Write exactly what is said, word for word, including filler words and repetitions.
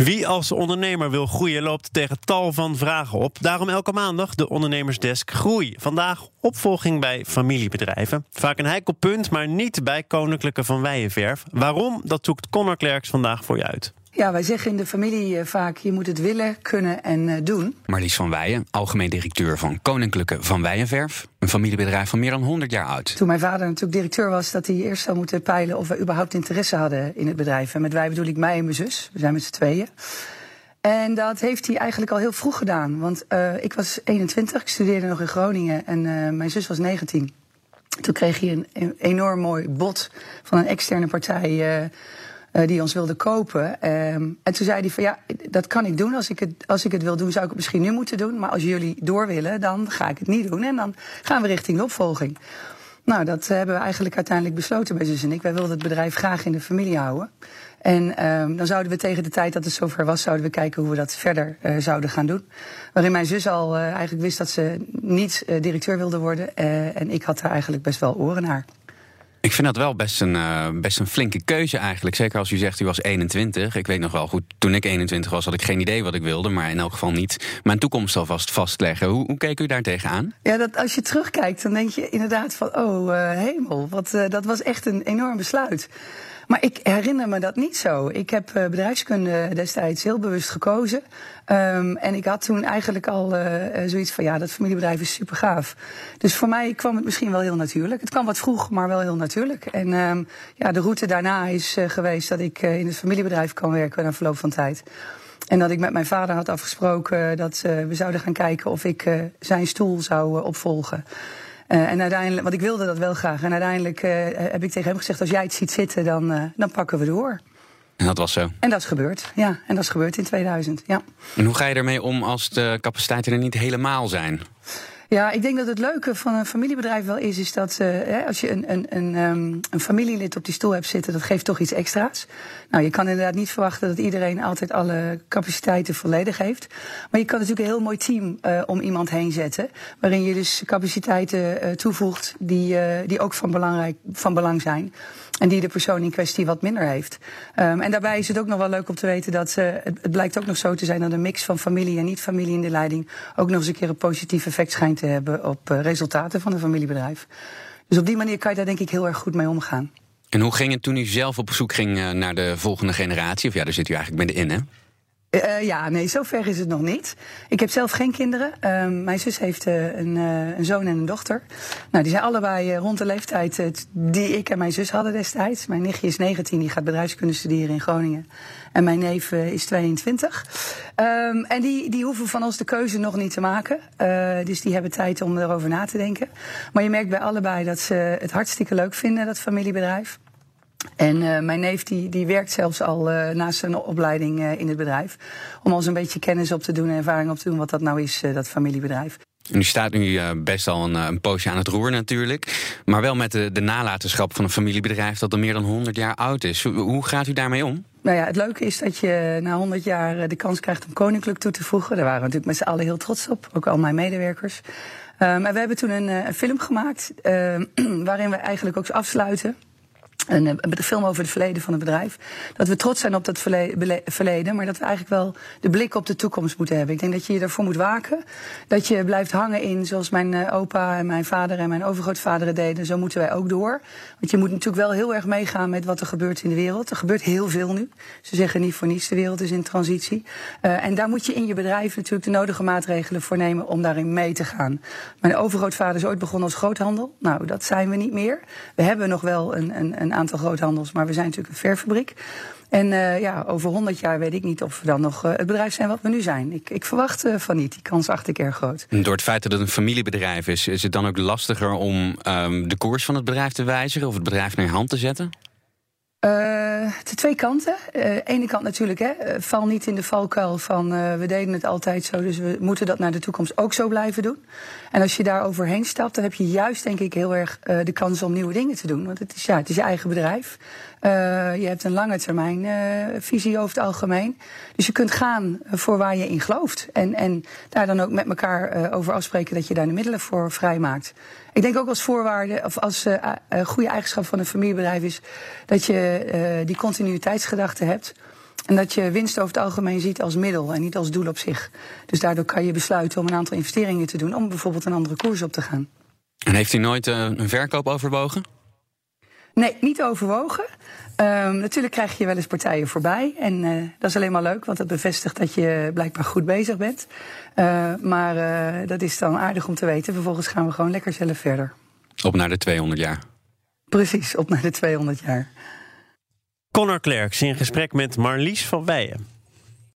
Wie als ondernemer wil groeien loopt tegen tal van vragen op. Daarom elke maandag de Ondernemersdesk Groei. Vandaag opvolging bij familiebedrijven. Vaak een heikel punt, maar niet bij Koninklijke Van Wijnverf. Waarom? Dat zoekt Connor Klerks vandaag voor je uit. Ja, wij zeggen in de familie uh, vaak, je moet het willen, kunnen en uh, doen. Marlies van Weijen, algemeen directeur van Koninklijke Van Wijnverf. Een familiebedrijf van meer dan honderd jaar oud. Toen mijn vader natuurlijk directeur was, dat hij eerst zou moeten peilen of we überhaupt interesse hadden in het bedrijf. En met wij bedoel ik mij en mijn zus. We zijn met z'n tweeën. En dat heeft hij eigenlijk al heel vroeg gedaan. Want uh, ik was eenentwintig, ik studeerde nog in Groningen en uh, mijn zus was negentien. Toen kreeg hij een, een enorm mooi bod van een externe partij... Uh, Uh, die ons wilde kopen. Um, en toen zei hij van ja, dat kan ik doen. Als ik, het, als ik het wil doen, zou ik het misschien nu moeten doen. Maar als jullie door willen, dan ga ik het niet doen. En dan gaan we richting de opvolging. Nou, dat hebben we eigenlijk uiteindelijk besloten, mijn zus en ik. Wij wilden het bedrijf graag in de familie houden. En um, dan zouden we tegen de tijd dat het zover was, zouden we kijken hoe we dat verder uh, zouden gaan doen. Waarin mijn zus al uh, eigenlijk wist dat ze niet uh, directeur wilde worden. Uh, en ik had daar eigenlijk best wel oren naar. Ik vind dat wel best een, uh, best een flinke keuze eigenlijk. Zeker als u zegt, u was eenentwintig. Ik weet nog wel goed, toen ik eenentwintig was, had ik geen idee wat ik wilde. Maar in elk geval niet mijn toekomst alvast vastleggen. Hoe, hoe keek u daar tegenaan? Ja, dat als je terugkijkt, dan denk je inderdaad van, oh uh, hemel. Wat, uh, dat was echt een enorm besluit. Maar ik herinner me dat niet zo. Ik heb uh, bedrijfskunde destijds heel bewust gekozen. Um, en ik had toen eigenlijk al uh, zoiets van, ja, dat familiebedrijf is super gaaf. Dus voor mij kwam het misschien wel heel natuurlijk. Het kwam wat vroeg, maar wel heel natuurlijk. En um, ja, de route daarna is uh, geweest dat ik uh, in het familiebedrijf kan werken na verloop van tijd. En dat ik met mijn vader had afgesproken dat uh, we zouden gaan kijken of ik uh, zijn stoel zou uh, opvolgen. Uh, en uiteindelijk, want ik wilde dat wel graag. En uiteindelijk uh, heb ik tegen hem gezegd, als jij het ziet zitten, dan, uh, dan pakken we door. En dat was zo? En dat is gebeurd, ja. En dat is gebeurd in tweeduizend, ja. En hoe ga je ermee om als de capaciteiten er niet helemaal zijn? Ja, ik denk dat het leuke van een familiebedrijf wel is, is dat uh, hè, als je een, een, een, um, een familielid op die stoel hebt zitten, dat geeft toch iets extra's. Nou, je kan inderdaad niet verwachten dat iedereen altijd alle capaciteiten volledig heeft. Maar je kan natuurlijk een heel mooi team uh, om iemand heen zetten, waarin je dus capaciteiten uh, toevoegt die, uh, die ook van, belangrijk, van belang zijn. En die de persoon in kwestie wat minder heeft. Um, en daarbij is het ook nog wel leuk om te weten dat uh, het, het blijkt ook nog zo te zijn dat een mix van familie en niet-familie in de leiding ook nog eens een keer een positief effect schijnt te hebben op uh, resultaten van een familiebedrijf. Dus op die manier kan je daar denk ik heel erg goed mee omgaan. En hoe ging het toen u zelf op zoek ging uh, naar de volgende generatie? Of ja, daar zit u eigenlijk middenin, hè? Uh, ja, nee, zover is het nog niet. Ik heb zelf geen kinderen. Uh, mijn zus heeft uh, een, uh, een zoon en een dochter. Nou, die zijn allebei uh, rond de leeftijd uh, die ik en mijn zus hadden destijds. Mijn nichtje is negentien, die gaat bedrijfskunde studeren in Groningen. En mijn neef uh, is tweeëntwintig. Um, en die, die hoeven van ons de keuze nog niet te maken. Uh, dus die hebben tijd om erover na te denken. Maar je merkt bij allebei dat ze het hartstikke leuk vinden, dat familiebedrijf. En uh, mijn neef die, die werkt zelfs al uh, naast zijn opleiding uh, in het bedrijf. Om ons een beetje kennis op te doen en ervaring op te doen wat dat nou is, uh, dat familiebedrijf. En u staat nu uh, best al een, een poosje aan het roer natuurlijk. Maar wel met de, de nalatenschap van een familiebedrijf dat al meer dan honderd jaar oud is. Hoe, hoe gaat u daarmee om? Nou ja, het leuke is dat je na honderd jaar de kans krijgt om koninklijk toe te voegen. Daar waren we natuurlijk met z'n allen heel trots op, ook al mijn medewerkers. Um, en we hebben toen een, een film gemaakt uh, waarin we eigenlijk ook afsluiten. Een, een film over het verleden van het bedrijf. Dat we trots zijn op dat verleden, maar dat we eigenlijk wel de blik op de toekomst moeten hebben. Ik denk dat je je daarvoor moet waken. Dat je blijft hangen in, zoals mijn opa en mijn vader en mijn overgrootvaderen deden. Zo moeten wij ook door. Want je moet natuurlijk wel heel erg meegaan met wat er gebeurt in de wereld. Er gebeurt heel veel nu. Ze zeggen niet voor niets, de wereld is in transitie. Uh, en daar moet je in je bedrijf natuurlijk de nodige maatregelen voor nemen om daarin mee te gaan. Mijn overgrootvader is ooit begonnen als groothandel. Nou, dat zijn we niet meer. We hebben nog wel een, een, een aantal groothandels, maar we zijn natuurlijk een verfabriek. En uh, ja, over honderd jaar weet ik niet of we dan nog uh, het bedrijf zijn wat we nu zijn. Ik, ik verwacht uh, van niet. Die kans acht ik erg groot. Door het feit dat het een familiebedrijf is, is het dan ook lastiger om um, de koers van het bedrijf te wijzigen of het bedrijf naar je hand te zetten? Uh, de twee kanten. Uh, ene kant natuurlijk, hè, val niet in de valkuil van uh, we deden het altijd zo, dus we moeten dat naar de toekomst ook zo blijven doen. En als je daar overheen stapt, dan heb je juist denk ik heel erg uh, de kans om nieuwe dingen te doen. Want het is, ja, het is je eigen bedrijf. Uh, je hebt een lange termijn uh, visie over het algemeen. Dus je kunt gaan voor waar je in gelooft. En, en daar dan ook met elkaar uh, over afspreken dat je daar de middelen voor vrijmaakt. Ik denk ook als voorwaarde, of als uh, uh, goede eigenschap van een familiebedrijf is dat je uh, die continuïteitsgedachte hebt. En dat je winst over het algemeen ziet als middel en niet als doel op zich. Dus daardoor kan je besluiten om een aantal investeringen te doen om bijvoorbeeld een andere koers op te gaan. En heeft u nooit uh, een verkoop overwogen? Nee, niet overwogen. Um, natuurlijk krijg je wel eens partijen voorbij. En uh, dat is alleen maar leuk, want dat bevestigt dat je blijkbaar goed bezig bent. Uh, maar uh, dat is dan aardig om te weten. Vervolgens gaan we gewoon lekker zelf verder. Op naar de tweehonderd jaar. Precies, op naar de tweehonderd jaar. Connor Klerks in gesprek met Marlies van Weijen.